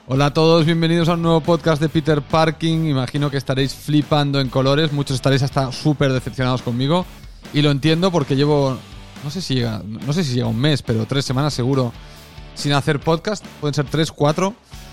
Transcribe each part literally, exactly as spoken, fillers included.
Hola a todos, bienvenidos a un nuevo podcast de Peter Parking. Imagino que estaréis flipando en colores, muchos estaréis hasta súper decepcionados conmigo. Y lo entiendo porque llevo, no sé si llega, no sé si llega un mes, pero tres semanas seguro sin hacer podcast. Pueden ser tres, cuatro.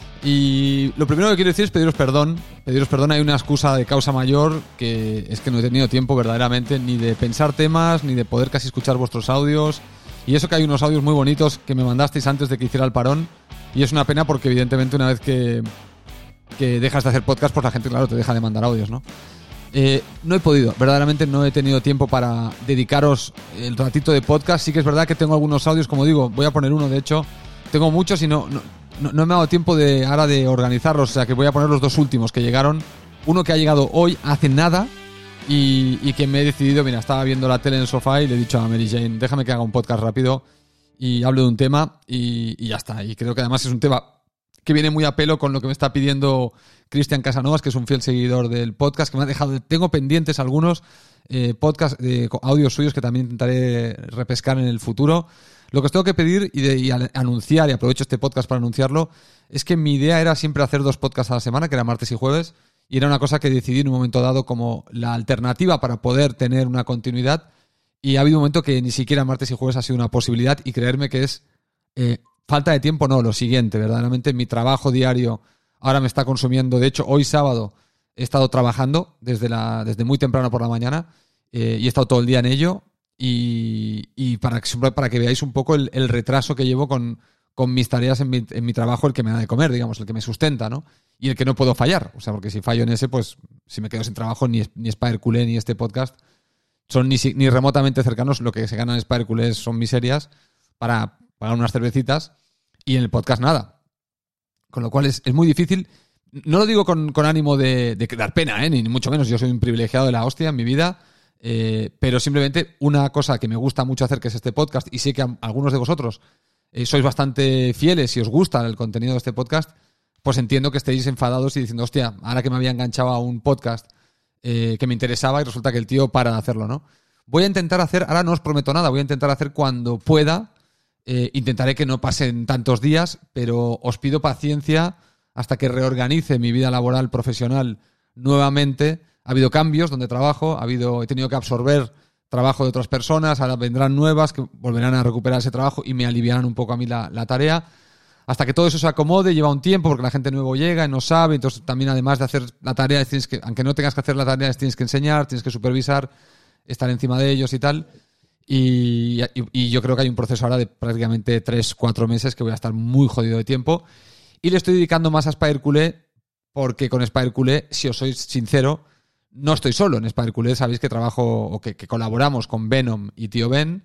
Y lo primero que quiero decir es pediros perdón. Pediros perdón, hay una excusa de causa mayor, que es que no he tenido tiempo verdaderamente ni de pensar temas, ni de poder casi escuchar vuestros audios. Y eso que hay unos audios muy bonitos que me mandasteis antes de que hiciera el parón. Y es una pena porque evidentemente una vez que, que dejas de hacer podcast, pues la gente, claro, te deja de mandar audios, ¿no? Eh, no he podido, verdaderamente no he tenido tiempo para dedicaros el ratito de podcast. Sí que es verdad que tengo algunos audios, como digo, voy a poner uno, de hecho, tengo muchos y no, no, no, no me ha dado tiempo de ahora de organizarlos, o sea que voy a poner los dos últimos que llegaron. Uno que ha llegado hoy, hace nada, y, y que me he decidido, mira, estaba viendo la tele en el sofá y le he dicho a Mary Jane, déjame que haga un podcast rápido y hablo de un tema y, y ya está. Y creo que además es un tema que viene muy a pelo con lo que me está pidiendo Cristian Casanovas, que es un fiel seguidor del podcast, que me ha dejado, tengo pendientes algunos eh, podcasts de audios suyos que también intentaré repescar en el futuro. Lo que os tengo que pedir y, de, y anunciar, y aprovecho este podcast para anunciarlo, es que mi idea era siempre hacer dos podcasts a la semana, que era martes y jueves, y era una cosa que decidí en un momento dado como la alternativa para poder tener una continuidad. Y ha habido un momento que ni siquiera martes y jueves ha sido una posibilidad, y creerme que es eh, falta de tiempo, no, lo siguiente, verdaderamente mi trabajo diario ahora me está consumiendo. De hecho, hoy sábado he estado trabajando desde, la, desde muy temprano por la mañana eh, y he estado todo el día en ello, y, y para, que, para que veáis un poco el, el retraso que llevo con, con mis tareas en mi, en mi trabajo, el que me da de comer, digamos, el que me sustenta, ¿no? Y el que no puedo fallar, o sea, porque si fallo en ese, pues si me quedo sin trabajo, ni, ni Spider Culé ni este podcast son ni, ni remotamente cercanos. Lo que se gana en Spider Culé son miserias para pagar unas cervecitas, y en el podcast nada. Con lo cual es, es muy difícil. No lo digo con, con ánimo de, de dar pena, ¿eh? Ni mucho menos. Yo soy un privilegiado de la hostia en mi vida, eh, pero simplemente una cosa que me gusta mucho hacer, que es este podcast, y sé que a, algunos de vosotros eh, sois bastante fieles y os gusta el contenido de este podcast, pues entiendo que estéis enfadados y diciendo, hostia, ahora que me había enganchado a un podcast eh, que me interesaba y resulta que el tío para de hacerlo, ¿no? Voy a intentar hacer, ahora no os prometo nada, voy a intentar hacer cuando pueda. Eh, intentaré que no pasen tantos días, pero os pido paciencia hasta que reorganice mi vida laboral profesional nuevamente. Ha habido cambios donde trabajo, ha habido, he tenido que absorber trabajo de otras personas, ahora vendrán nuevas que volverán a recuperar ese trabajo y me aliviarán un poco a mí la, la tarea. Hasta que todo eso se acomode, lleva un tiempo porque la gente nuevo llega y no sabe, entonces también además de hacer la tarea, tienes que, aunque no tengas que hacer la tarea, tienes que enseñar, tienes que supervisar, estar encima de ellos y tal. Y, y, y yo creo que hay un proceso ahora de prácticamente tres, cuatro meses que voy a estar muy jodido de tiempo, y le estoy dedicando más a Spider Culé porque con Spider Culé, si os soy sincero, no estoy solo. En Spider Culé sabéis que trabajo o que, que colaboramos con Venom y Tío Ben,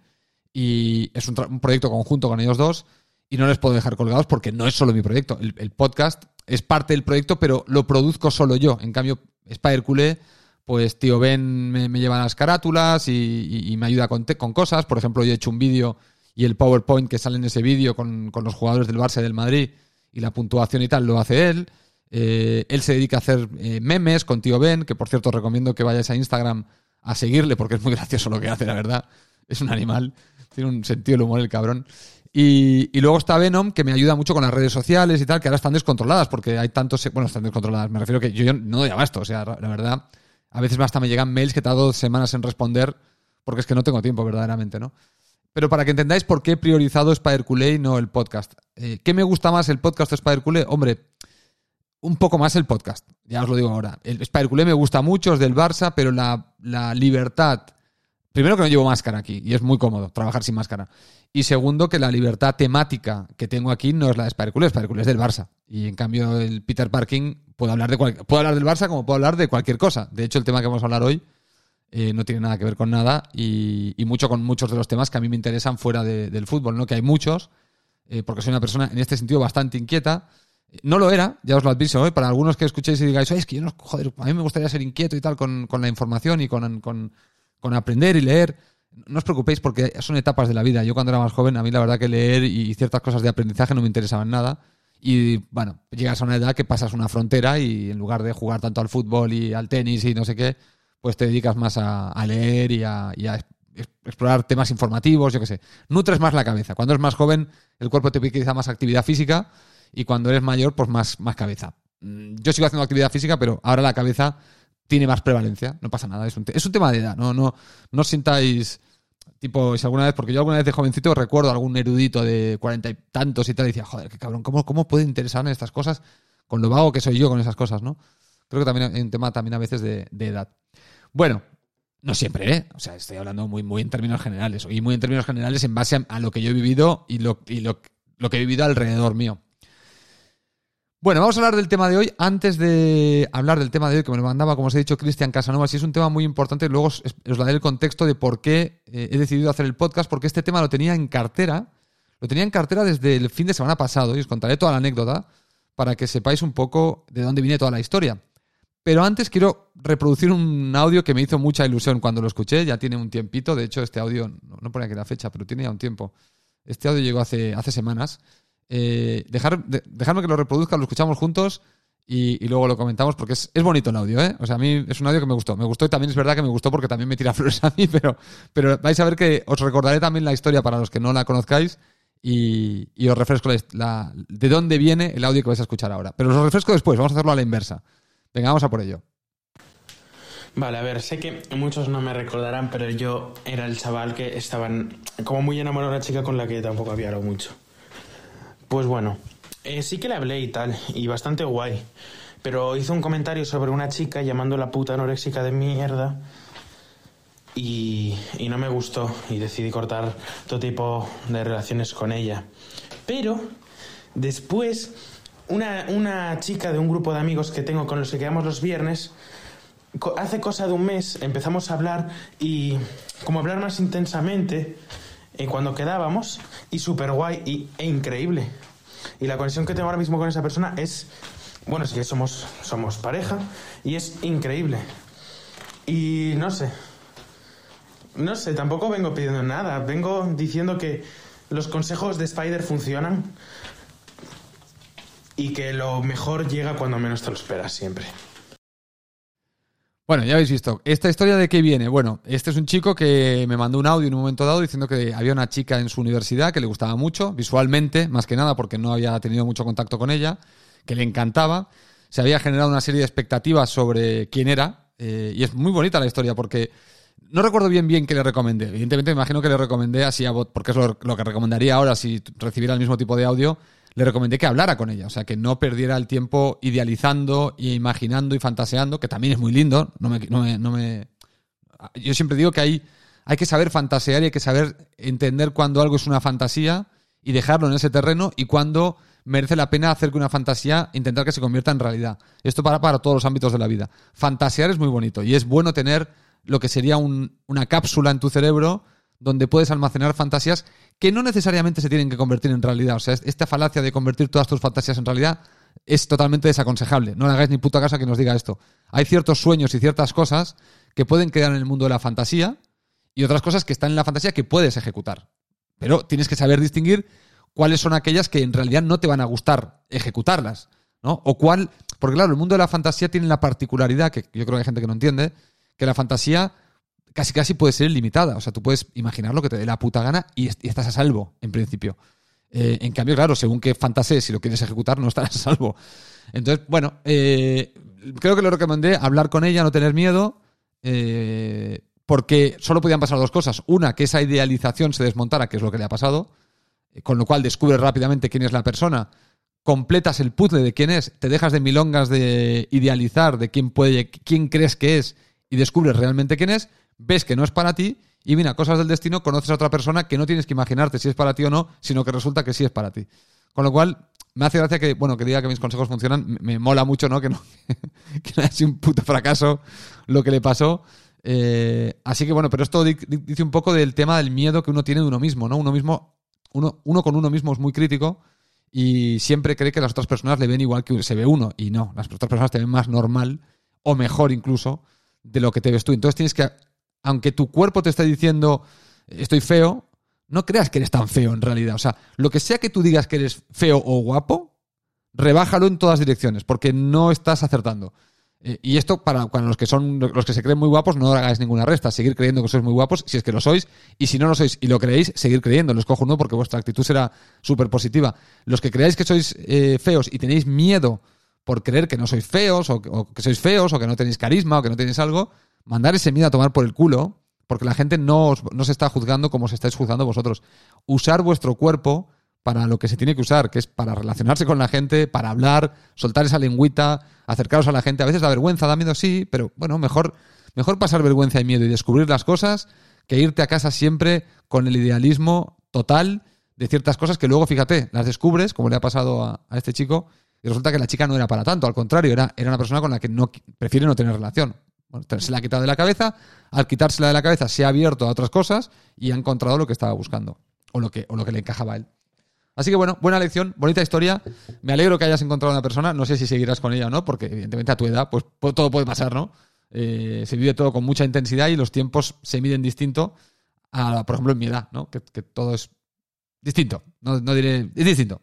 y es un, tra- un proyecto conjunto con ellos dos, y no les puedo dejar colgados porque no es solo mi proyecto. El, el podcast es parte del proyecto, pero lo produzco solo yo. En cambio, Spider Culé, pues Tío Ben me, me lleva las carátulas y, y, y me ayuda con, te, con cosas. Por ejemplo, yo he hecho un vídeo y el PowerPoint que sale en ese vídeo con, con los jugadores del Barça y del Madrid y la puntuación y tal lo hace él. Eh, él se dedica a hacer eh, memes con Tío Ben, que por cierto recomiendo que vayáis a Instagram a seguirle porque es muy gracioso lo que hace, la verdad. Es un animal, tiene un sentido del humor el cabrón. Y, y luego está Venom, que me ayuda mucho con las redes sociales y tal, que ahora están descontroladas porque hay tantos... Bueno, están descontroladas, me refiero que yo, yo no doy abasto, o sea, la verdad... A veces hasta me llegan mails que tardo dos semanas en responder porque es que no tengo tiempo verdaderamente, ¿no? Pero para que entendáis por qué he priorizado Spider Culé y no el podcast. Eh, ¿Qué me gusta más, el podcast o Spider Culé? Hombre, un poco más el podcast, ya os lo digo ahora. El Spider Culé me gusta mucho, es del Barça, pero la, la libertad... Primero que no llevo máscara aquí y es muy cómodo trabajar sin máscara. Y segundo que la libertad temática que tengo aquí no es la de Spider Culé. Spider Culé es del Barça. Y en cambio el Peter Parking puedo hablar de cual... puedo hablar del Barça como puedo hablar de cualquier cosa. De hecho el tema que vamos a hablar hoy eh, no tiene nada que ver con nada y, y mucho con muchos de los temas que a mí me interesan fuera de, del fútbol, ¿no? Que hay muchos, eh, porque soy una persona en este sentido bastante inquieta. No lo era, ya os lo adviso, ¿eh? Para algunos que escuchéis y digáis, es que yo no, joder, a mí me gustaría ser inquieto y tal con, con la información y con, con, con aprender y leer. No os preocupéis porque son etapas de la vida. Yo cuando era más joven, a mí la verdad que leer y ciertas cosas de aprendizaje no me interesaban nada. Y bueno, llegas a una edad que pasas una frontera y en lugar de jugar tanto al fútbol y al tenis y no sé qué, pues te dedicas más a, a leer y a, y a explorar temas informativos, yo qué sé. Nutres más la cabeza. Cuando eres más joven, el cuerpo te pide quizá más actividad física y cuando eres mayor, pues más, más cabeza. Yo sigo haciendo actividad física, pero ahora la cabeza tiene más prevalencia. No pasa nada, es un, te- es un tema de edad. No, no, no os sintáis... Tipo, si alguna vez, porque yo alguna vez de jovencito recuerdo algún erudito de cuarenta y tantos y tal, y decía, joder, qué cabrón, ¿cómo, cómo puede interesarme estas cosas con lo vago que soy yo con esas cosas, ¿no? Creo que también hay un tema también a veces de, de edad. Bueno, no siempre, ¿eh? O sea, estoy hablando muy, muy en términos generales, y muy en términos generales en base a, a lo que yo he vivido y, lo, y lo, lo que he vivido alrededor mío. Bueno, vamos a hablar del tema de hoy. Antes de hablar del tema de hoy, que me lo mandaba, como os he dicho, Cristian Casanovas, y es un tema muy importante, luego os, os daré el contexto de por qué eh, he decidido hacer el podcast, porque este tema lo tenía en cartera, lo tenía en cartera desde el fin de semana pasado, y os contaré toda la anécdota para que sepáis un poco de dónde viene toda la historia. Pero antes quiero reproducir un audio que me hizo mucha ilusión cuando lo escuché, ya tiene un tiempito, de hecho este audio, no, no pone aquí la fecha, pero tiene ya un tiempo. Este audio llegó hace, hace semanas. Eh, dejar, de, dejadme que lo reproduzca, lo escuchamos juntos y, y luego lo comentamos porque es, es bonito el audio, ¿eh? O sea, a mí es un audio que me gustó. Me gustó y también es verdad que me gustó porque también me tira flores a mí, pero, pero vais a ver que os recordaré también la historia para los que no la conozcáis y, y os refresco la, la, de dónde viene el audio que vais a escuchar ahora. Pero os lo refresco después, vamos a hacerlo a la inversa. Venga, vamos a por ello. Vale, a ver, sé que muchos no me recordarán, pero yo era el chaval que estaban como muy enamorado de una chica con la que tampoco había hablado mucho. Pues bueno, eh, sí que le hablé y tal, y bastante guay, pero hizo un comentario sobre una chica llamándola puta anoréxica de mierda y, y no me gustó y decidí cortar todo tipo de relaciones con ella. Pero después, una, una chica de un grupo de amigos que tengo con los que quedamos los viernes, hace cosa de un mes empezamos a hablar y como hablar más intensamente eh, cuando quedábamos y súper guay y, e increíble. Y la conexión que tengo ahora mismo con esa persona es, bueno, sí que somos, somos pareja y es increíble. Y no sé, no sé, tampoco vengo pidiendo nada, vengo diciendo que los consejos de Spider funcionan y que lo mejor llega cuando menos te lo esperas siempre. Bueno, ya habéis visto. ¿Esta historia de qué viene? Bueno, este es un chico que me mandó un audio en un momento dado diciendo que había una chica en su universidad que le gustaba mucho, visualmente, más que nada porque no había tenido mucho contacto con ella, que le encantaba. Se había generado una serie de expectativas sobre quién era, eh, y es muy bonita la historia porque no recuerdo bien bien qué le recomendé. Evidentemente me imagino que le recomendé así a bot, porque es lo, lo que recomendaría ahora si recibiera el mismo tipo de audio. Le recomendé que hablara con ella, o sea, que no perdiera el tiempo idealizando y imaginando y fantaseando, que también es muy lindo. No me, no me, no me... Yo siempre digo que hay, hay que saber fantasear y hay que saber entender cuando algo es una fantasía y dejarlo en ese terreno y cuando merece la pena hacer que una fantasía intentar que se convierta en realidad. Esto para, para todos los ámbitos de la vida. Fantasear es muy bonito y es bueno tener lo que sería un, una cápsula en tu cerebro donde puedes almacenar fantasías que no necesariamente se tienen que convertir en realidad. O sea, esta falacia de convertir todas tus fantasías en realidad es totalmente desaconsejable. No le hagáis ni puta caso a quien nos diga esto. Hay ciertos sueños y ciertas cosas que pueden quedar en el mundo de la fantasía y otras cosas que están en la fantasía que puedes ejecutar. Pero tienes que saber distinguir cuáles son aquellas que en realidad no te van a gustar ejecutarlas, ¿no? O cuál... Porque claro, el mundo de la fantasía tiene la particularidad, que yo creo que hay gente que no entiende, que la fantasía casi casi puede ser ilimitada. O sea, tú puedes imaginar lo que te dé la puta gana y, est- y estás a salvo, en principio. Eh, en cambio, claro, según que fantasees, si lo quieres ejecutar, no estarás a salvo. Entonces, bueno, eh, creo que le recomendé hablar con ella, no tener miedo, eh, porque solo podían pasar dos cosas. Una, que esa idealización se desmontara, que es lo que le ha pasado, eh, con lo cual descubres rápidamente quién es la persona, completas el puzzle de quién es, te dejas de milongas de idealizar, de quién puede, quién crees que es, y descubres realmente quién es, ves que no es para ti y mira, cosas del destino, conoces a otra persona que no tienes que imaginarte si es para ti o no, sino que resulta que sí es para ti. Con lo cual, me hace gracia que, bueno, que diga que mis consejos funcionan, me, me mola mucho, ¿no? Que no, que no haya sido un puto fracaso lo que le pasó. Eh, así que bueno, pero esto di- di- dice un poco del tema del miedo que uno tiene de uno mismo, ¿no? Uno mismo, uno, uno con uno mismo es muy crítico y siempre cree que las otras personas le ven igual que se ve uno, y no, las otras personas te ven más normal o mejor incluso de lo que te ves tú. Entonces tienes que, aunque tu cuerpo te esté diciendo estoy feo, no creas que eres tan feo en realidad. O sea, lo que sea que tú digas que eres feo o guapo, rebájalo en todas direcciones, porque no estás acertando. Eh, y esto, para, para los que son los que se creen muy guapos, no hagáis ninguna resta. Seguir creyendo que sois muy guapos, si es que lo sois. Y si no lo sois y lo creéis, seguir creyendo. Los cojo uno porque vuestra actitud será súper positiva. Los que creáis que sois eh, feos y tenéis miedo por creer que no sois feos, o, o que sois feos, o que no tenéis carisma, o que no tenéis algo, mandar ese miedo a tomar por el culo, porque la gente no os, no se está juzgando como os estáis juzgando vosotros. Usar vuestro cuerpo para lo que se tiene que usar, que es para relacionarse con la gente, para hablar, soltar esa lengüita, acercaros a la gente. A veces da vergüenza, da miedo, sí, pero bueno, mejor, mejor pasar vergüenza y miedo y descubrir las cosas que irte a casa siempre con el idealismo total de ciertas cosas que luego, fíjate, las descubres, como le ha pasado a, a este chico, y resulta que la chica no era para tanto, al contrario, era, era una persona con la que no prefiere no tener relación. Bueno, se la ha quitado de la cabeza, al quitársela de la cabeza se ha abierto a otras cosas y ha encontrado lo que estaba buscando, o lo que, o lo que le encajaba a él. Así que bueno, buena lección, bonita historia. Me alegro que hayas encontrado una persona. No sé si seguirás con ella o no, porque evidentemente a tu edad pues todo puede pasar, ¿no? Eh, se vive todo con mucha intensidad y los tiempos se miden distinto a, por ejemplo, en mi edad, ¿no? Que, que todo es distinto. No, no diré... Es distinto.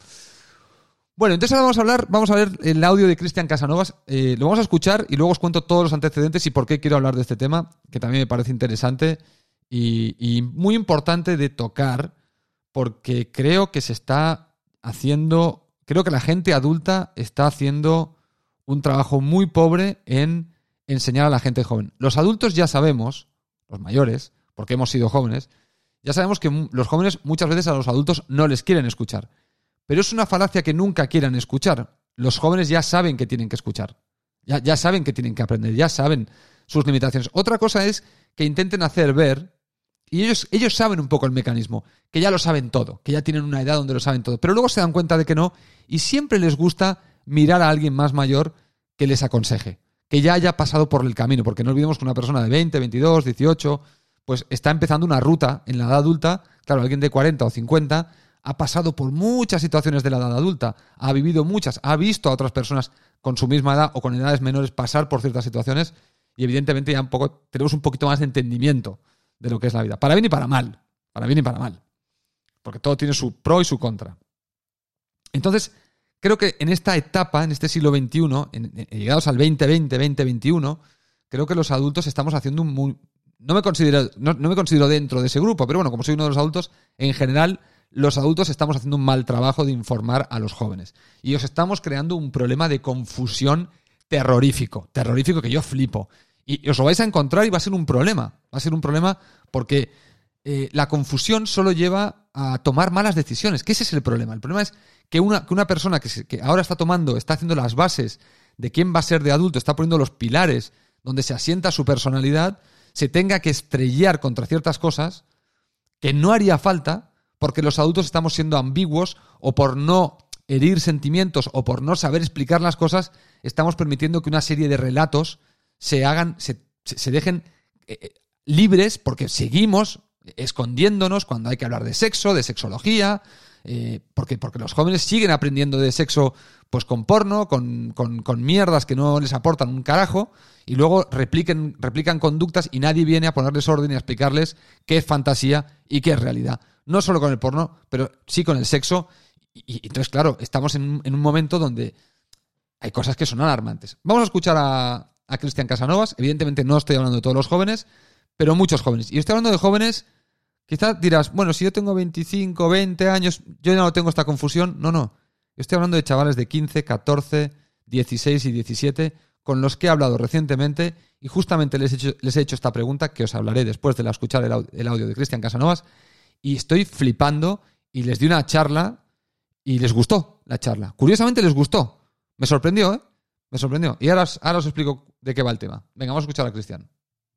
Bueno, entonces ahora vamos a hablar, vamos a ver el audio de Cristian Casanovas. Eh, lo vamos a escuchar y luego os cuento todos los antecedentes y por qué quiero hablar de este tema, que también me parece interesante y, y muy importante de tocar, porque creo que se está haciendo, creo que la gente adulta está haciendo un trabajo muy pobre en enseñar a la gente joven. Los adultos ya sabemos, los mayores, porque hemos sido jóvenes, ya sabemos que los jóvenes muchas veces a los adultos no les quieren escuchar. Pero es una falacia que nunca quieran escuchar. Los jóvenes ya saben que tienen que escuchar. Ya, ya saben que tienen que aprender, ya saben sus limitaciones. Otra cosa es que intenten hacer ver. Y ellos, ellos saben un poco el mecanismo, que ya lo saben todo, que ya tienen una edad donde lo saben todo, pero luego se dan cuenta de que no y siempre les gusta mirar a alguien más mayor que les aconseje, que ya haya pasado por el camino, porque no olvidemos que una persona de veinte, veintidós, dieciocho, pues está empezando una ruta en la edad adulta. Claro, alguien de cuarenta o cincuenta ha pasado por muchas situaciones de la edad adulta, ha vivido muchas, ha visto a otras personas con su misma edad o con edades menores pasar por ciertas situaciones y evidentemente ya un poco tenemos un poquito más de entendimiento de lo que es la vida. Para bien y para mal. Para bien y para mal. Porque todo tiene su pro y su contra. Entonces, creo que en esta etapa, en este siglo veintiuno, en, en, llegados al veinte veinte, veinte veintiuno, creo que los adultos estamos haciendo un muy... No me considero, no, no me considero dentro de ese grupo, pero bueno, como soy uno de los adultos, en general, los adultos estamos haciendo un mal trabajo de informar a los jóvenes. Y os estamos creando un problema de confusión terrorífico. Terrorífico que yo flipo. Y os lo vais a encontrar y va a ser un problema. Va a ser un problema porque eh, la confusión solo lleva a tomar malas decisiones. Que ese es el problema. El problema es que una, que una persona que, se, que ahora está tomando, está haciendo las bases de quién va a ser de adulto, está poniendo los pilares donde se asienta su personalidad, se tenga que estrellar contra ciertas cosas que no haría falta porque los adultos estamos siendo ambiguos o por no herir sentimientos o por no saber explicar las cosas, estamos permitiendo que una serie de relatos se hagan, se, se dejen eh, libres porque seguimos escondiéndonos cuando hay que hablar de sexo, de sexología, eh, porque, porque los jóvenes siguen aprendiendo de sexo pues con porno, con, con, con mierdas que no les aportan un carajo y luego repliquen, replican conductas y nadie viene a ponerles orden y a explicarles qué es fantasía y qué es realidad. No solo con el porno, pero sí con el sexo. Y, y entonces, claro, estamos en, en un momento donde hay cosas que son alarmantes. Vamos a escuchar a a Cristian Casanovas. Evidentemente no estoy hablando de todos los jóvenes, pero muchos jóvenes. Y estoy hablando de jóvenes, quizás dirás, bueno, si yo tengo veinticinco, veinte años, yo ya no tengo esta confusión. No, no. Estoy hablando de chavales de quince, catorce, dieciséis y diecisiete con los que he hablado recientemente y justamente les he hecho, les he hecho esta pregunta que os hablaré después de la escuchar el audio, el audio de Cristian Casanovas y estoy flipando y les di una charla y les gustó la charla. Curiosamente les gustó. Me sorprendió, ¿eh? Me sorprendió. Y ahora, ahora os explico de qué va el tema. Venga, vamos a escuchar a Cristian.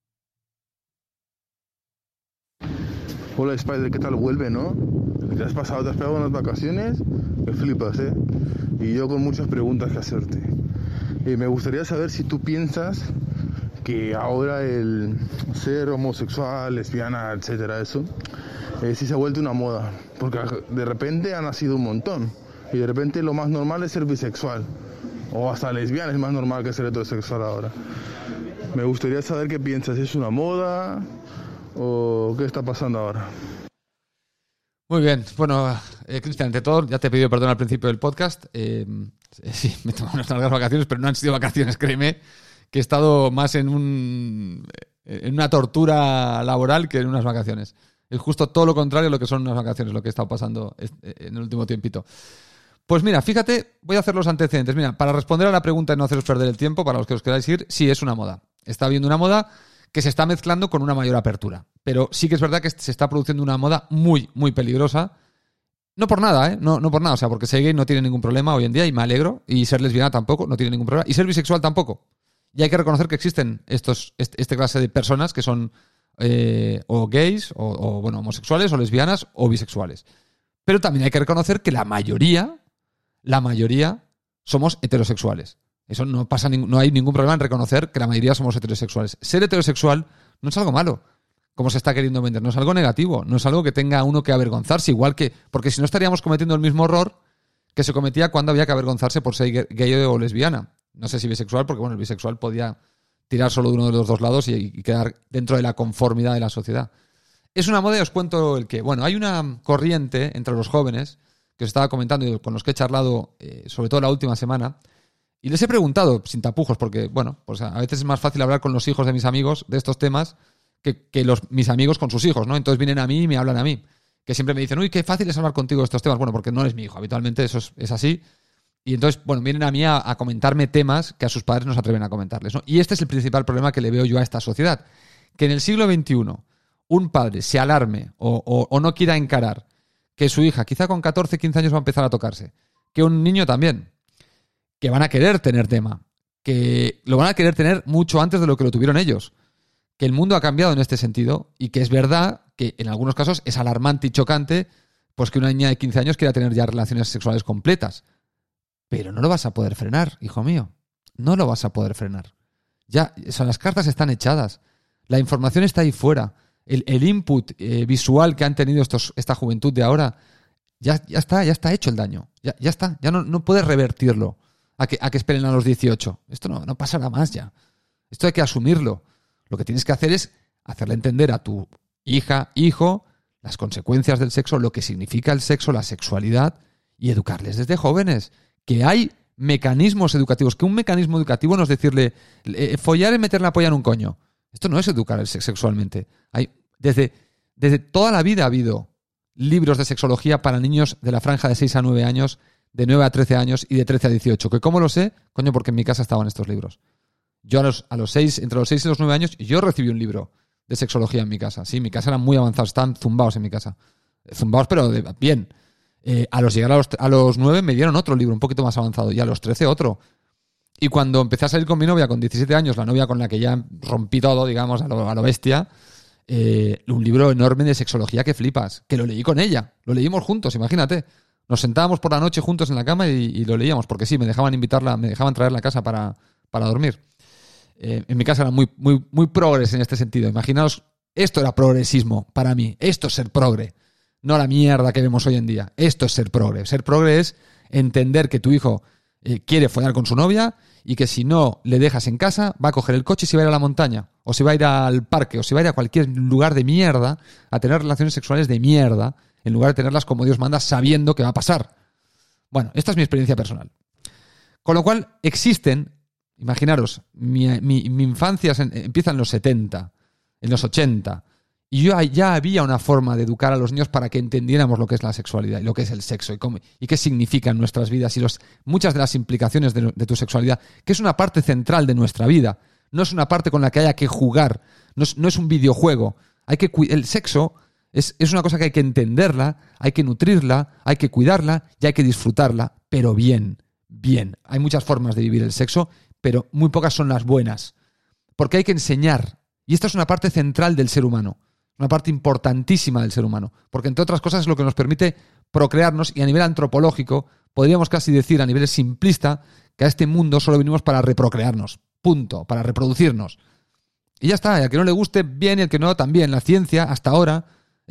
Hola Spider, ¿qué tal? Vuelve, ¿no? Te has pasado, te has pegado unas vacaciones que flipas, ¿eh? Y yo con muchas preguntas que hacerte. Eh, me gustaría saber si tú piensas que ahora el ser homosexual, lesbiana, etcétera, eso, eh, sí se ha vuelto una moda. Porque de repente ha nacido un montón. Y de repente lo más normal es ser bisexual. O hasta lesbiana es más normal que ser heterosexual ahora. Me gustaría saber qué piensas. ¿Es una moda o qué está pasando ahora? Muy bien. Bueno, eh, Cristian, ante todo, ya te he pedido perdón al principio del podcast. Eh, sí, me he tomado unas largas vacaciones, pero no han sido vacaciones, créeme, que he estado más en un en una tortura laboral que en unas vacaciones. Es justo todo lo contrario a lo que son unas vacaciones, lo que he estado pasando en el último tiempito. Pues mira, fíjate, voy a hacer los antecedentes. Mira, para responder a la pregunta y no haceros perder el tiempo, para los que os queráis ir, sí es una moda. Está habiendo una moda que se está mezclando con una mayor apertura. Pero sí que es verdad que se está produciendo una moda muy, muy peligrosa. No por nada, ¿eh? No, no por nada. O sea, porque ser gay no tiene ningún problema hoy en día y me alegro. Y ser lesbiana tampoco, no tiene ningún problema. Y ser bisexual tampoco. Y hay que reconocer que existen estos, este, este clase de personas que son eh, o gays, o, o bueno, homosexuales, o lesbianas, o bisexuales. Pero también hay que reconocer que la mayoría, la mayoría, somos heterosexuales. Eso no pasa, no hay ningún problema en reconocer que la mayoría somos heterosexuales. Ser heterosexual no es algo malo, como se está queriendo vender. No es algo negativo, no es algo que tenga uno que avergonzarse, igual que... Porque si no estaríamos cometiendo el mismo error que se cometía cuando había que avergonzarse por ser gay o lesbiana. No sé si bisexual, porque bueno, el bisexual podía tirar solo de uno de los dos lados y, y quedar dentro de la conformidad de la sociedad. Es una moda y os cuento el que... Bueno, hay una corriente entre los jóvenes que os estaba comentando y con los que he charlado, eh, sobre todo la última semana, y les he preguntado, sin tapujos, porque, bueno, pues a veces es más fácil hablar con los hijos de mis amigos de estos temas que, que los, mis amigos con sus hijos, ¿no? Entonces vienen a mí y me hablan a mí. Que siempre me dicen, uy, qué fácil es hablar contigo de estos temas. Bueno, porque no eres mi hijo, habitualmente eso es, es así. Y entonces, bueno, vienen a mí a, a comentarme temas que a sus padres no se atreven a comentarles, ¿no? Y este es el principal problema que le veo yo a esta sociedad. Que en el siglo veintiuno un padre se alarme o, o, o no quiera encarar que su hija, quizá con catorce, quince años va a empezar a tocarse. Que un niño también. Que van a querer tener tema, que lo van a querer tener mucho antes de lo que lo tuvieron ellos, que el mundo ha cambiado en este sentido y que es verdad que en algunos casos es alarmante y chocante pues que una niña de quince años quiera tener ya relaciones sexuales completas. Pero no lo vas a poder frenar, hijo mío. No lo vas a poder frenar. Ya, o sea, las cartas están echadas. La información está ahí fuera. El, el input eh, visual que han tenido estos, esta juventud de ahora, ya, ya está, ya está hecho el daño. Ya, ya está, ya no, no puedes revertirlo. A que, a que esperen a los dieciocho. Esto no, no pasará más ya. Esto hay que asumirlo. Lo que tienes que hacer es hacerle entender a tu hija, hijo, las consecuencias del sexo, lo que significa el sexo, la sexualidad, y educarles desde jóvenes. Que hay mecanismos educativos. Que un mecanismo educativo no es decirle eh, follar es meter la polla en un coño. Esto no es educar sexualmente. Hay, desde, desde toda la vida ha habido libros de sexología para niños de la franja de seis a nueve años, de nueve a trece años y de trece a dieciocho. ¿Que cómo lo sé? Coño, porque en mi casa estaban estos libros. Yo a los, a los seis, entre los seis y los nueve años, yo recibí un libro de sexología en mi casa. Sí, mi casa eran muy avanzados, estaban zumbados en mi casa. Zumbados, pero de, bien. Eh, a los llegar a los, a los nueve me dieron otro libro un poquito más avanzado y a los trece otro. Y cuando empecé a salir con mi novia con diecisiete años, la novia con la que ya rompí todo, digamos, a lo, a lo bestia, eh, un libro enorme de sexología que flipas, que lo leí con ella. Lo leímos juntos, imagínate. Nos sentábamos por la noche juntos en la cama y, y lo leíamos, porque sí, me dejaban invitarla, me dejaban traerla a casa para, para dormir. Eh, en mi casa era muy, muy, muy progres en este sentido. Imaginaos, esto era progresismo para mí. Esto es ser progre. No la mierda que vemos hoy en día. Esto es ser progre. Ser progre es entender que tu hijo eh, quiere follar con su novia y que si no le dejas en casa, va a coger el coche y se va a ir a la montaña, o se va a ir al parque, o se va a ir a cualquier lugar de mierda a tener relaciones sexuales de mierda, en lugar de tenerlas como Dios manda, sabiendo que va a pasar. Bueno, esta es mi experiencia personal. Con lo cual, existen, imaginaros, mi, mi, mi infancia se, empieza en los setenta, en los ochenta, y yo ya había una forma de educar a los niños para que entendiéramos lo que es la sexualidad y lo que es el sexo y, cómo, y qué significa en nuestras vidas y los, muchas de las implicaciones de, de tu sexualidad, que es una parte central de nuestra vida. No es una parte con la que haya que jugar, no es, no es un videojuego. Hay que, el sexo... Es, es una cosa que hay que entenderla, hay que nutrirla, hay que cuidarla y hay que disfrutarla, pero bien, bien. Hay muchas formas de vivir el sexo, pero muy pocas son las buenas. Porque hay que enseñar. Y esta es una parte central del ser humano, una parte importantísima del ser humano. Porque entre otras cosas es lo que nos permite procrearnos y a nivel antropológico, podríamos casi decir a nivel simplista, que a este mundo solo venimos para reprocrearnos. Punto. Para reproducirnos. Y ya está. Y al que no le guste, bien, y al que no, también. La ciencia, hasta ahora...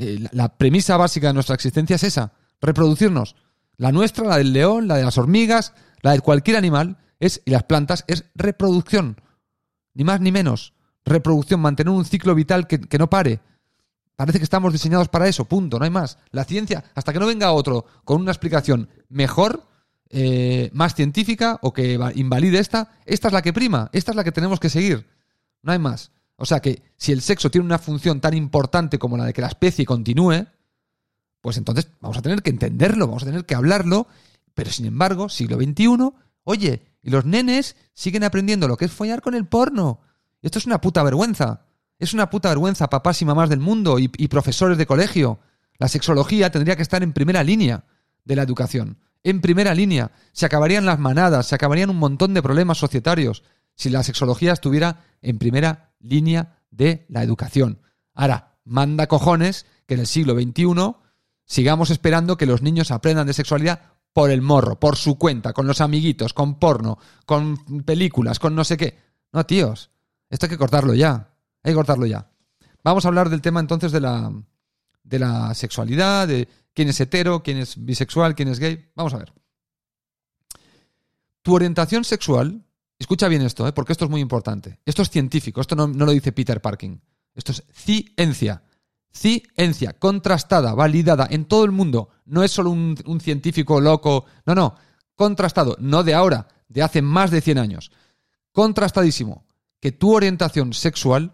La premisa básica de nuestra existencia es esa, reproducirnos. La nuestra, la del león, la de las hormigas, la de cualquier animal es, y las plantas, es reproducción. Ni más ni menos. Reproducción, mantener un ciclo vital que, que no pare. Parece que estamos diseñados para eso, punto, no hay más. La ciencia, hasta que no venga otro con una explicación mejor, eh, más científica o que invalide esta, esta es la que prima, esta es la que tenemos que seguir. No hay más. O sea que si el sexo tiene una función tan importante como la de que la especie continúe, pues entonces vamos a tener que entenderlo, vamos a tener que hablarlo, pero sin embargo, siglo veintiuno, oye, y los nenes siguen aprendiendo lo que es follar con el porno. Esto es una puta vergüenza. Es una puta vergüenza, papás y mamás del mundo y, y profesores de colegio. La sexología tendría que estar en primera línea de la educación. En primera línea. Se acabarían las manadas, se acabarían un montón de problemas societarios si la sexología estuviera en primera línea de la educación. Ahora, manda cojones que en el siglo veintiuno sigamos esperando que los niños aprendan de sexualidad por el morro, por su cuenta, con los amiguitos, con porno, con películas, con no sé qué. No, tíos, esto hay que cortarlo ya. Hay que cortarlo ya. Vamos a hablar del tema entonces de la, de la sexualidad, de quién es hetero, quién es bisexual, quién es gay. Vamos a ver. Tu orientación sexual, escucha bien esto, ¿eh? Porque esto es muy importante. Esto es científico, esto no, no lo dice Peter Parking. Esto es ciencia. Ciencia, contrastada, validada en todo el mundo. No es solo un, un científico loco. No, no. Contrastado, no de ahora, de hace más de cien años. Contrastadísimo. Que tu orientación sexual...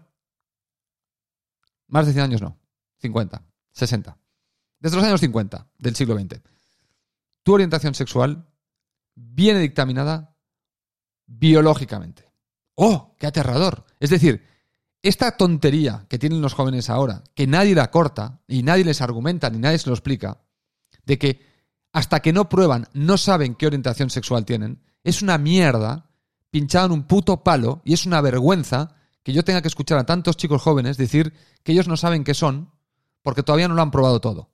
Más de cien años no. cincuenta, sesenta. Desde los años cincuenta del siglo veinte. Tu orientación sexual viene dictaminada biológicamente. ¡Oh! ¡Qué aterrador! Es decir, esta tontería que tienen los jóvenes ahora, que nadie la corta y nadie les argumenta ni nadie se lo explica, de que hasta que no prueban no saben qué orientación sexual tienen, es una mierda pinchada en un puto palo y es una vergüenza que yo tenga que escuchar a tantos chicos jóvenes decir que ellos no saben qué son porque todavía no lo han probado todo.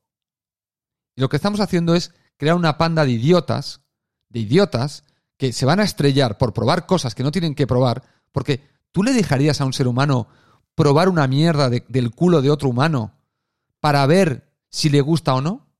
Y lo que estamos haciendo es crear una panda de idiotas, de idiotas, que se van a estrellar por probar cosas que no tienen que probar, porque ¿tú le dejarías a un ser humano probar una mierda de, del culo de otro humano para ver si le gusta o no?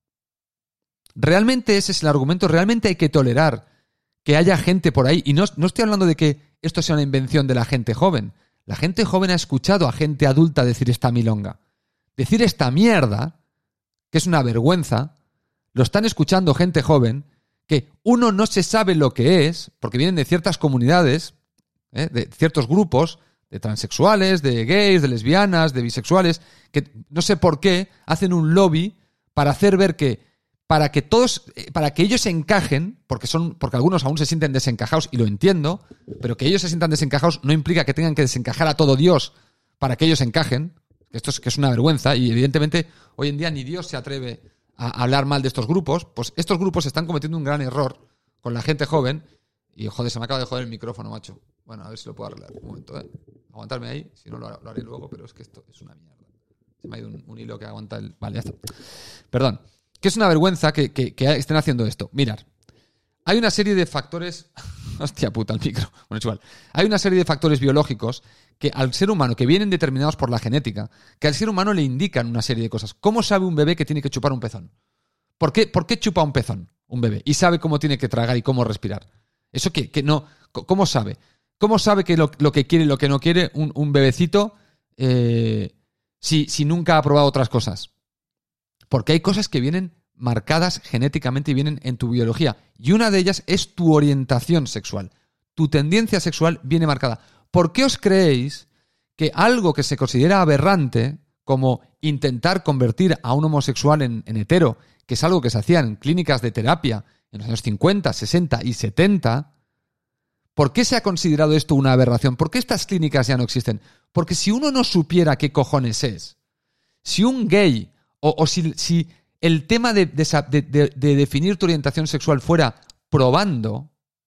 Realmente ese es el argumento, realmente hay que tolerar que haya gente por ahí, y no, no estoy hablando de que esto sea una invención de la gente joven. La gente joven ha escuchado a gente adulta decir esta milonga. Decir esta mierda, que es una vergüenza, lo están escuchando gente joven, que uno no se sabe lo que es, porque vienen de ciertas comunidades, ¿eh? de ciertos grupos, de transexuales, de gays, de lesbianas, de bisexuales, que no sé por qué hacen un lobby para hacer ver que para que todos, para que ellos se encajen, porque son, porque algunos aún se sienten desencajados, y lo entiendo, pero que ellos se sientan desencajados no implica que tengan que desencajar a todo Dios para que ellos encajen. Esto es que es una vergüenza, y evidentemente hoy en día ni Dios se atreve a hablar mal de estos grupos. Pues estos grupos están cometiendo un gran error con la gente joven, y joder, se me acaba de joder el micrófono, macho. Bueno, a ver si lo puedo arreglar. Un momento, ¿eh? Aguantarme ahí, si no lo, lo haré luego, pero es que esto es una mierda. Se me ha ido un, un hilo que aguanta el... Vale, ya está. Perdón. Que es una vergüenza que, que, que estén haciendo esto. Mirad, hay una serie de factores... Hostia puta, el micro. Bueno, es igual. Hay una serie de factores biológicos que al ser humano, que vienen determinados por la genética, que al ser humano le indican una serie de cosas. ¿Cómo sabe un bebé que tiene que chupar un pezón? ¿Por qué, por qué chupa un pezón un bebé? Y sabe cómo tiene que tragar y cómo respirar. ¿Eso qué? Que no, ¿Cómo sabe? ¿Cómo sabe que lo, lo que quiere y lo que no quiere un, un bebecito eh, si, si nunca ha probado otras cosas? Porque hay cosas que vienen marcadas genéticamente y vienen en tu biología. Y una de ellas es tu orientación sexual. Tu tendencia sexual viene marcada. ¿Por qué os creéis que algo que se considera aberrante, como intentar convertir a un homosexual en, en hetero, que es algo que se hacía en clínicas de terapia en los años cincuenta, sesenta y setenta, ¿por qué se ha considerado esto una aberración? ¿Por qué estas clínicas ya no existen? Porque si uno no supiera qué cojones es, si un gay O, o si, si el tema de, de, de, de definir tu orientación sexual fuera probando,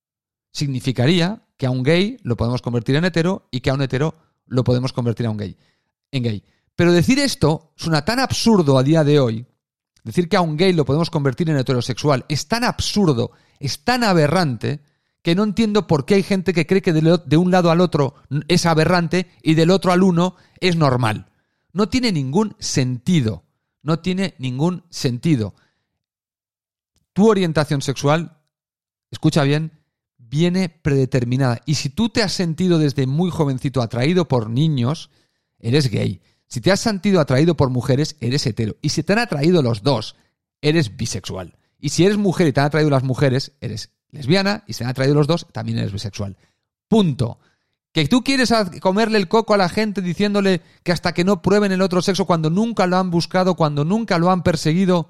significaría que a un gay lo podemos convertir en hetero y que a un hetero lo podemos convertir a un gay, en gay. Pero decir esto suena tan absurdo a día de hoy, decir que a un gay lo podemos convertir en heterosexual, es tan absurdo, es tan aberrante, que no entiendo por qué hay gente que cree que de, de un lado al otro es aberrante y del otro al uno es normal. No tiene ningún sentido. No tiene ningún sentido. Tu orientación sexual, escucha bien, viene predeterminada. Y si tú te has sentido desde muy jovencito atraído por niños, eres gay. Si te has sentido atraído por mujeres, eres hetero. Y si te han atraído los dos, eres bisexual. Y si eres mujer y te han atraído las mujeres, eres lesbiana y se han atraído los dos, también eres bisexual. Punto. Que tú quieres comerle el coco a la gente diciéndole que hasta que no prueben el otro sexo, cuando nunca lo han buscado, cuando nunca lo han perseguido,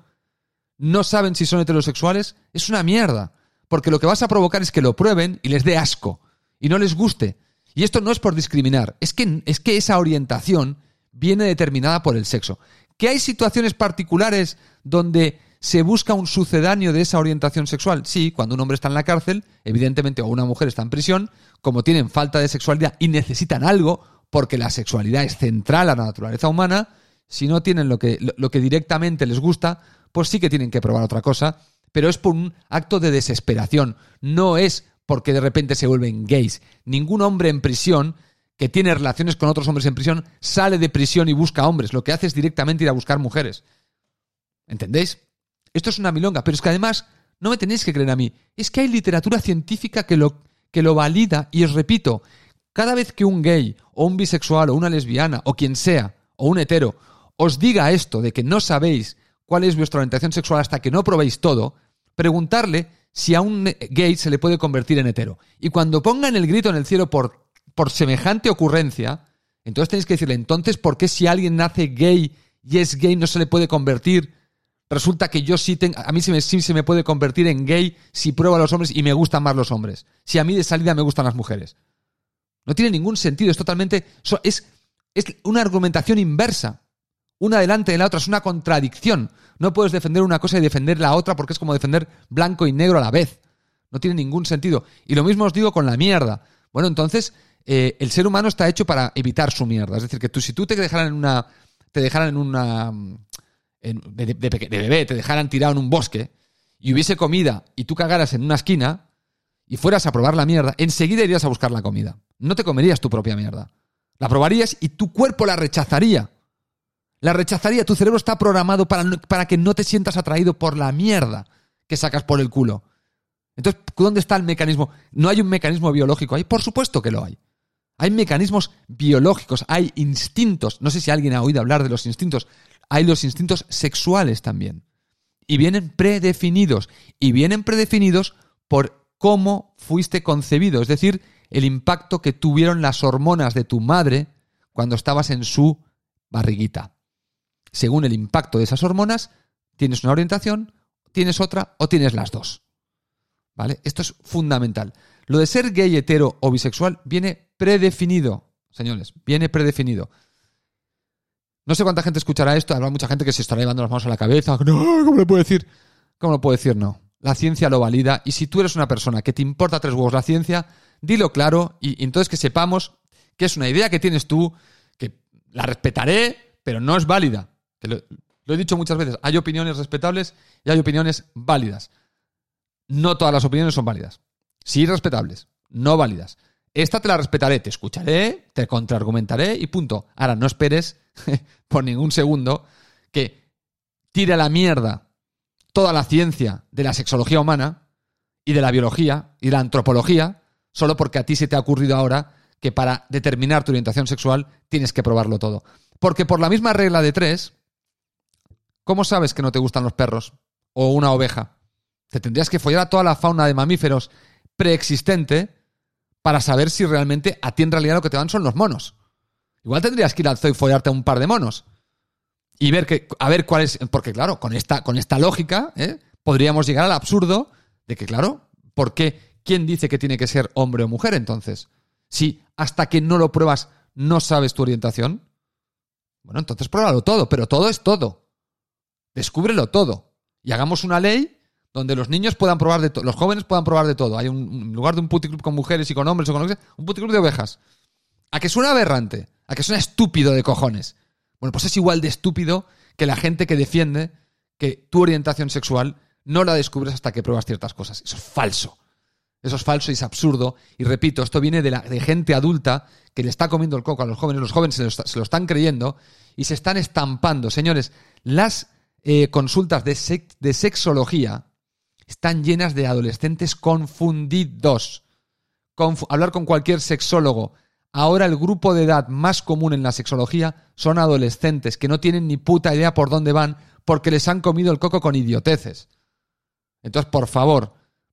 no saben si son heterosexuales, es una mierda. Porque lo que vas a provocar es que lo prueben y les dé asco y no les guste. Y esto no es por discriminar, es que, es que esa orientación viene determinada por el sexo. ¿Que hay situaciones particulares donde se busca un sucedáneo de esa orientación sexual? Sí, cuando un hombre está en la cárcel, evidentemente, o una mujer está en prisión, como tienen falta de sexualidad y necesitan algo, porque la sexualidad es central a la naturaleza humana, si no tienen lo que, lo que directamente les gusta, pues sí que tienen que probar otra cosa, pero es por un acto de desesperación, no es porque de repente se vuelven gays. Ningún hombre en prisión que tiene relaciones con otros hombres en prisión sale de prisión y busca hombres, lo que hace es directamente ir a buscar mujeres. ¿Entendéis? Esto es una milonga, pero es que además, no me tenéis que creer a mí, es que hay literatura científica que lo, que lo valida, y os repito, cada vez que un gay, o un bisexual, o una lesbiana, o quien sea, o un hetero, os diga esto de que no sabéis cuál es vuestra orientación sexual hasta que no probéis todo, preguntarle si a un gay se le puede convertir en hetero. Y cuando pongan el grito en el cielo por, por semejante ocurrencia, entonces tenéis que decirle, entonces, ¿por qué si alguien nace gay y es gay no se le puede convertir? Resulta que yo sí tengo, a mí sí, me, sí se me puede convertir en gay si pruebo a los hombres y me gustan más los hombres. Si a mí de salida me gustan las mujeres. No tiene ningún sentido, es totalmente, es, es una argumentación inversa. Una delante de la otra, es una contradicción. No puedes defender una cosa y defender la otra porque es como defender blanco y negro a la vez. No tiene ningún sentido. Y lo mismo os digo con la mierda. Bueno, entonces, eh, el ser humano está hecho para evitar su mierda. Es decir, que tú, si tú te dejaran en una, te dejaran en una, en, de, de, de, de bebé, te dejaran tirado en un bosque y hubiese comida y tú cagaras en una esquina y fueras a probar la mierda, enseguida irías a buscar la comida. No te comerías tu propia mierda. La probarías y tu cuerpo la rechazaría. La rechazaría, tu cerebro está programado para, para que no te sientas atraído por la mierda que sacas por el culo. Entonces, ¿dónde está el mecanismo? ¿No hay un mecanismo biológico ahí? Por supuesto que lo hay. Hay mecanismos biológicos, hay instintos. No sé si alguien ha oído hablar de los instintos. Hay los instintos sexuales también. Y vienen predefinidos. Y vienen predefinidos por cómo fuiste concebido. Es decir, el impacto que tuvieron las hormonas de tu madre cuando estabas en su barriguita. Según el impacto de esas hormonas, tienes una orientación, tienes otra o tienes las dos. ¿Vale? Esto es fundamental. Lo de ser gay, hetero o bisexual viene predefinido, señores, viene predefinido. No sé cuánta gente escuchará esto, habrá mucha gente que se estará llevando las manos a la cabeza. No, ¿cómo le puedo decir? ¿Cómo le puedo decir no? La ciencia lo valida y si tú eres una persona que te importa tres huevos la ciencia, dilo claro y, y entonces que sepamos que es una idea que tienes tú, que la respetaré, pero no es válida. Que lo, lo he dicho muchas veces, hay opiniones respetables y hay opiniones válidas. No todas las opiniones son válidas. Sí respetables, no válidas. Esta te la respetaré, te escucharé, te contraargumentaré y punto. Ahora, no esperes por ningún segundo que tire a la mierda toda la ciencia de la sexología humana y de la biología y de la antropología solo porque a ti se te ha ocurrido ahora que para determinar tu orientación sexual tienes que probarlo todo. Porque por la misma regla de tres, ¿cómo sabes que no te gustan los perros o una oveja? Te tendrías que follar a toda la fauna de mamíferos preexistente para saber si realmente a ti en realidad lo que te van son los monos. Igual tendrías que ir al zoo y follarte a un par de monos y ver que, a ver cuál es, porque claro, con esta, con esta lógica, ¿eh? podríamos llegar al absurdo de que, claro, ¿por qué? ¿Quién dice que tiene que ser hombre o mujer entonces? Si hasta que no lo pruebas no sabes tu orientación, bueno, entonces pruébalo todo, pero todo es todo. Descúbrelo todo. Y hagamos una ley donde los niños puedan probar de todo, los jóvenes puedan probar de todo. Hay un, en lugar de un puticlub con mujeres y con hombres o con lo que sea, un puticlub de ovejas. ¿A que suena aberrante? ¿A que suena estúpido de cojones? Bueno, pues es igual de estúpido que la gente que defiende que tu orientación sexual no la descubres hasta que pruebas ciertas cosas. Eso es falso. Eso es falso y es absurdo. Y repito, esto viene de, la, de gente adulta que le está comiendo el coco a los jóvenes. Los jóvenes se lo, se lo están creyendo y se están estampando. Señores, las eh, consultas de, sex, de sexología están llenas de adolescentes confundidos. Conf- hablar con cualquier sexólogo. Ahora el grupo de edad más común en la sexología son adolescentes que no tienen ni puta idea por dónde van porque les han comido el coco con idioteces. Entonces, por favor,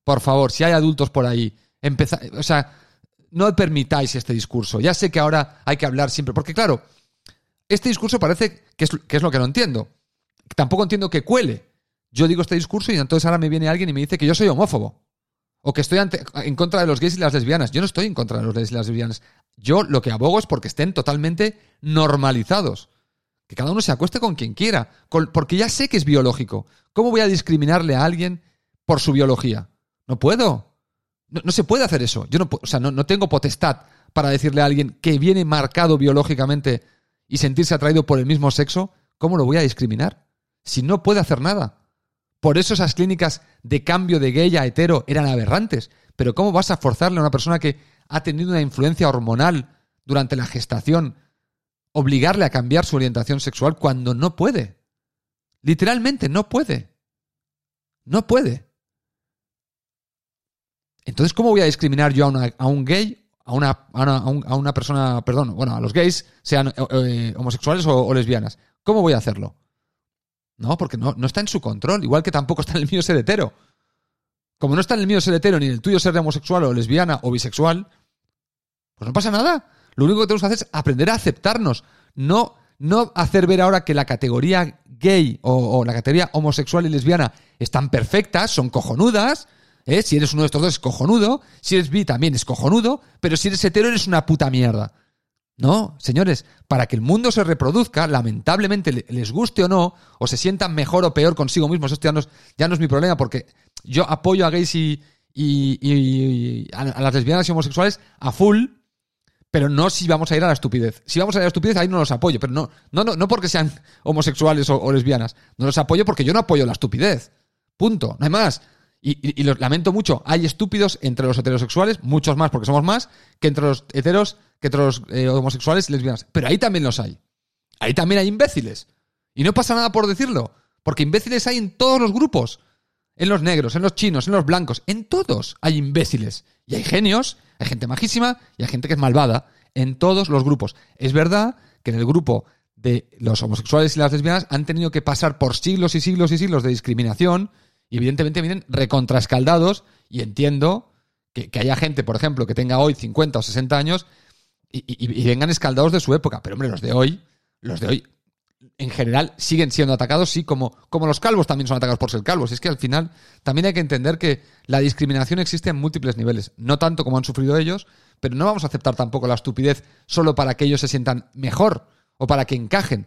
por favor, si hay adultos por ahí, empezad, o sea, no permitáis este discurso. Ya sé que ahora hay que hablar siempre, porque claro, este discurso parece que es, que es lo que no entiendo. Tampoco entiendo que cuele. Yo digo este discurso y entonces ahora me viene alguien y me dice que yo soy homófobo. O que estoy ante, en contra de los gays y las lesbianas. Yo no estoy en contra de los gays y las lesbianas. Yo lo que abogo es porque estén totalmente normalizados. Que cada uno se acueste con quien quiera. Con, porque ya sé que es biológico. ¿Cómo voy a discriminarle a alguien por su biología? No puedo. No, no se puede hacer eso. Yo no, o sea, no, no tengo potestad para decirle a alguien que viene marcado biológicamente y sentirse atraído por el mismo sexo. ¿Cómo lo voy a discriminar? Si no puede hacer nada. Por eso esas clínicas de cambio de gay a hetero eran aberrantes. Pero ¿cómo vas a forzarle a una persona que ha tenido una influencia hormonal durante la gestación, obligarle a cambiar su orientación sexual cuando no puede? Literalmente no puede. No puede. Entonces, ¿cómo voy a discriminar yo a, una, a un gay, a una, a, una, a, un, a una persona, perdón, bueno, a los gays, sean eh, homosexuales o, o lesbianas? ¿Cómo voy a hacerlo? No, porque no, no está en su control, igual que tampoco está en el mío ser hetero. Como no está en el mío ser hetero, ni en el tuyo ser homosexual o lesbiana o bisexual, pues no pasa nada. Lo único que tenemos que hacer es aprender a aceptarnos. No, no hacer ver ahora que la categoría gay o, o la categoría homosexual y lesbiana están perfectas, son cojonudas. ¿eh? Si eres uno de estos dos es cojonudo. Si eres bi también es cojonudo. Pero si eres hetero eres una puta mierda. No, señores, para que el mundo se reproduzca, lamentablemente les guste o no, o se sientan mejor o peor consigo mismos, esto ya no es, ya no es mi problema, porque yo apoyo a gays y, y, y, y a, a las lesbianas y homosexuales a full, pero no si vamos a ir a la estupidez. Si vamos a ir a la estupidez, ahí no los apoyo, pero no, no, no, no porque sean homosexuales o, o lesbianas, no los apoyo porque yo no apoyo la estupidez. Punto, no hay más. Y, y, y lo lamento mucho, hay estúpidos entre los heterosexuales, muchos más porque somos más, que entre los heteros, que entre los eh, homosexuales y lesbianas. Pero ahí también los hay. Ahí también hay imbéciles. Y no pasa nada por decirlo, porque imbéciles hay en todos los grupos. En los negros, en los chinos, en los blancos, en todos hay imbéciles. Y hay genios, hay gente majísima y hay gente que es malvada. En todos los grupos. Es verdad que en el grupo de los homosexuales y las lesbianas han tenido que pasar por siglos y siglos y siglos de discriminación. Y evidentemente vienen recontraescaldados y entiendo que, que haya gente, por ejemplo, que tenga hoy cincuenta o sesenta años y, y, y vengan escaldados de su época. Pero hombre, los de hoy, los de hoy en general siguen siendo atacados, sí, como, como los calvos también son atacados por ser calvos. Es que al final también hay que entender que la discriminación existe en múltiples niveles. No tanto como han sufrido ellos, pero no vamos a aceptar tampoco la estupidez solo para que ellos se sientan mejor o para que encajen.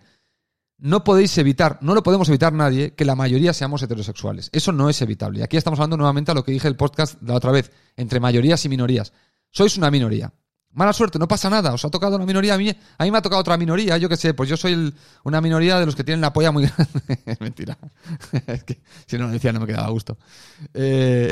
No podéis evitar, no lo podemos evitar nadie, que la mayoría seamos heterosexuales. Eso no es evitable. Y aquí estamos hablando nuevamente a lo que dije en el podcast la otra vez, entre mayorías y minorías. Sois una minoría. Mala suerte, no pasa nada. Os ha tocado una minoría, a mí, a mí me ha tocado otra minoría, yo qué sé, pues yo soy el, una minoría de los que tienen la polla muy grande. Es mentira. Es que si no lo decía no me quedaba a gusto. Eh,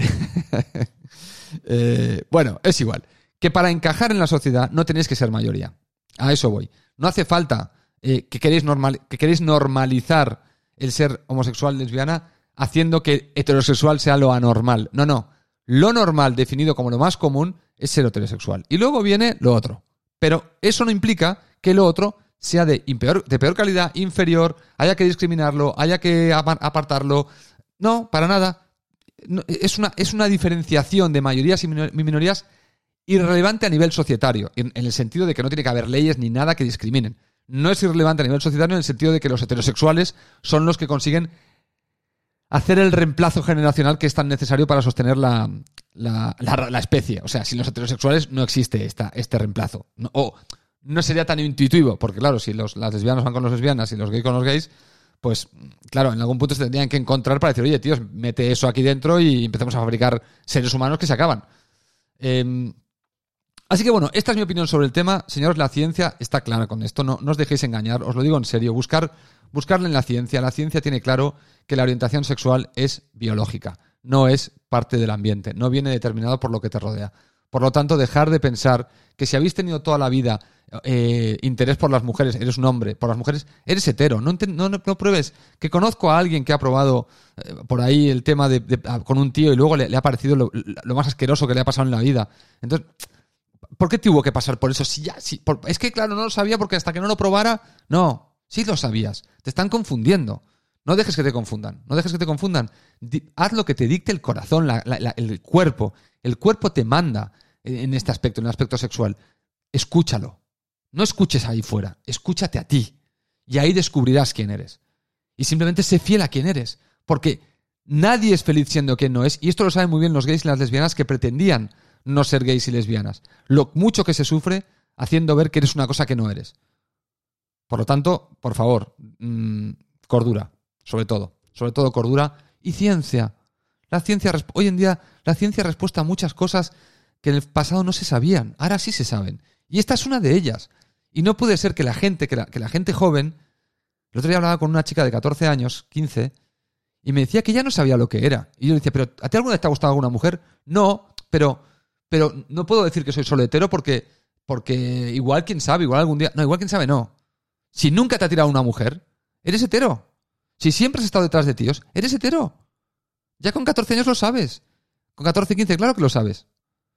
eh, bueno, es igual. Que para encajar en la sociedad no tenéis que ser mayoría. A eso voy. No hace falta... Eh, que, queréis normal, que queréis normalizar el ser homosexual, lesbiana, haciendo que heterosexual sea lo anormal. No, no. Lo normal, definido como lo más común, es ser heterosexual. Y luego viene lo otro. Pero eso no implica que lo otro sea de, impeor, de peor calidad, inferior, haya que discriminarlo, haya que apartarlo. No, para nada. No, es, una, es una diferenciación de mayorías y minorías irrelevante a nivel societario, en, en el sentido de que no tiene que haber leyes ni nada que discriminen. No es irrelevante a nivel societario en el sentido de que los heterosexuales son los que consiguen hacer el reemplazo generacional que es tan necesario para sostener la, la, la, la especie. O sea, sin los heterosexuales no existe esta, este reemplazo. No, o no sería tan intuitivo, porque claro, si los, las lesbianas van con las lesbianas y los gays con los gays, pues claro, en algún punto se tendrían que encontrar para decir, oye, tíos, mete eso aquí dentro y empecemos a fabricar seres humanos que se acaban. Eh, Así que bueno, esta es mi opinión sobre el tema. Señores, la ciencia está clara con esto. No, no os dejéis engañar, os lo digo en serio. Buscar, buscarle en la ciencia. La ciencia tiene claro que la orientación sexual es biológica. No es parte del ambiente. No viene determinado por lo que te rodea. Por lo tanto, dejar de pensar que si habéis tenido toda la vida eh, interés por las mujeres, eres un hombre, por las mujeres, eres hetero. No, no, no, no pruebes. Que conozco a alguien que ha probado eh, por ahí el tema de, de, con un tío y luego le, le ha parecido lo, lo más asqueroso que le ha pasado en la vida. Entonces... ¿por qué tuvo que pasar por eso? Si ya, si, por, es que claro, no lo sabía porque hasta que no lo probara... No, sí lo sabías. Te están confundiendo. No dejes que te confundan. No dejes que te confundan. Di- haz lo que te dicte el corazón, la, la, la, el cuerpo. El cuerpo te manda en este aspecto, en el aspecto sexual. Escúchalo. No escuches ahí fuera. Escúchate a ti. Y ahí descubrirás quién eres. Y simplemente sé fiel a quién eres. Porque nadie es feliz siendo quien no es. Y esto lo saben muy bien los gays y las lesbianas que pretendían no ser gays y lesbianas. Lo mucho que se sufre haciendo ver que eres una cosa que no eres. Por lo tanto, por favor, mmm, cordura. Sobre todo, sobre todo cordura y ciencia. La ciencia, hoy en día, la ciencia ha respuesto a muchas cosas que en el pasado no se sabían. Ahora sí se saben. Y esta es una de ellas. Y no puede ser que la gente, que la, que la gente joven... El otro día hablaba con una chica de catorce años, quince, y me decía que ya no sabía lo que era. Y yo le decía, ¿pero a ti alguna vez te ha gustado alguna mujer? No, pero, pero no puedo decir que soy solo hetero porque, porque igual quién sabe, igual algún día... No, igual quién sabe, no. Si nunca te ha tirado una mujer, eres hetero. Si siempre has estado detrás de tíos, eres hetero. Ya con catorce años lo sabes. Con catorce, quince, claro que lo sabes.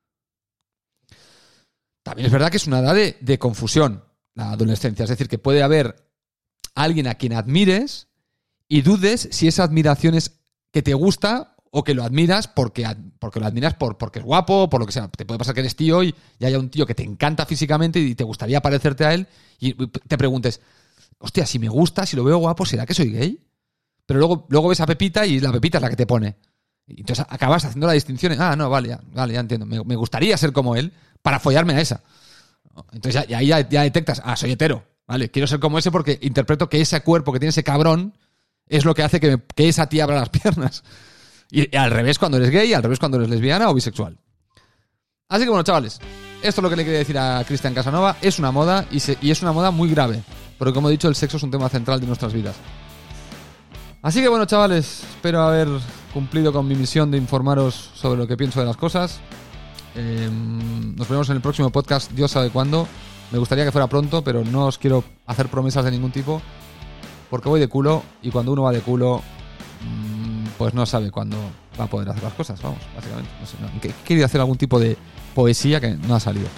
También es verdad que es una edad de, de confusión, la adolescencia. Es decir, que puede haber alguien a quien admires y dudes si esa admiración es que te gusta o que lo admiras porque, porque lo admiras por, porque es guapo, por lo que sea. Te puede pasar que eres tío y, y haya un tío que te encanta físicamente y te gustaría parecerte a él y te preguntes, hostia, si me gusta, si lo veo guapo, ¿será que soy gay? Pero luego, luego ves a Pepita y la Pepita es la que te pone. Y entonces acabas haciendo la distinción. Ah, no, vale, ya, vale, ya entiendo. Me, me gustaría ser como él para follarme a esa. Entonces ya, ahí ya, ya detectas, ah, soy hetero. Vale, quiero ser como ese porque interpreto que ese cuerpo que tiene ese cabrón es lo que hace que, me, que esa tía abra las piernas. Y, y al revés cuando eres gay, al revés cuando eres lesbiana o bisexual. Así que bueno, chavales, esto es lo que le quería decir a Cristian Casanova. Es una moda y, se, y es una moda muy grave. Porque como he dicho, el sexo es un tema central de nuestras vidas. Así que bueno, chavales, espero haber cumplido con mi misión de informaros sobre lo que pienso de las cosas. Eh, nos vemos en el próximo podcast, Dios sabe cuándo. Me gustaría que fuera pronto, pero no os quiero hacer promesas de ningún tipo, porque voy de culo, y cuando uno va de culo, pues no sabe cuándo va a poder hacer las cosas, vamos, básicamente. No sé, no. He querido hacer algún tipo de poesía que no ha salido.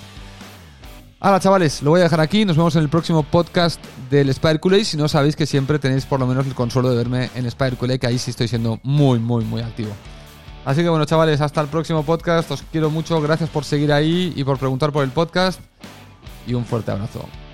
Ahora, chavales, lo voy a dejar aquí. Nos vemos en el próximo podcast del Spider-Culé. Si no, sabéis que siempre tenéis por lo menos el consuelo de verme en Spider-Culé, que ahí sí estoy siendo muy, muy, muy activo. Así que bueno, chavales, hasta el próximo podcast. Os quiero mucho. Gracias por seguir ahí y por preguntar por el podcast. Y un fuerte abrazo.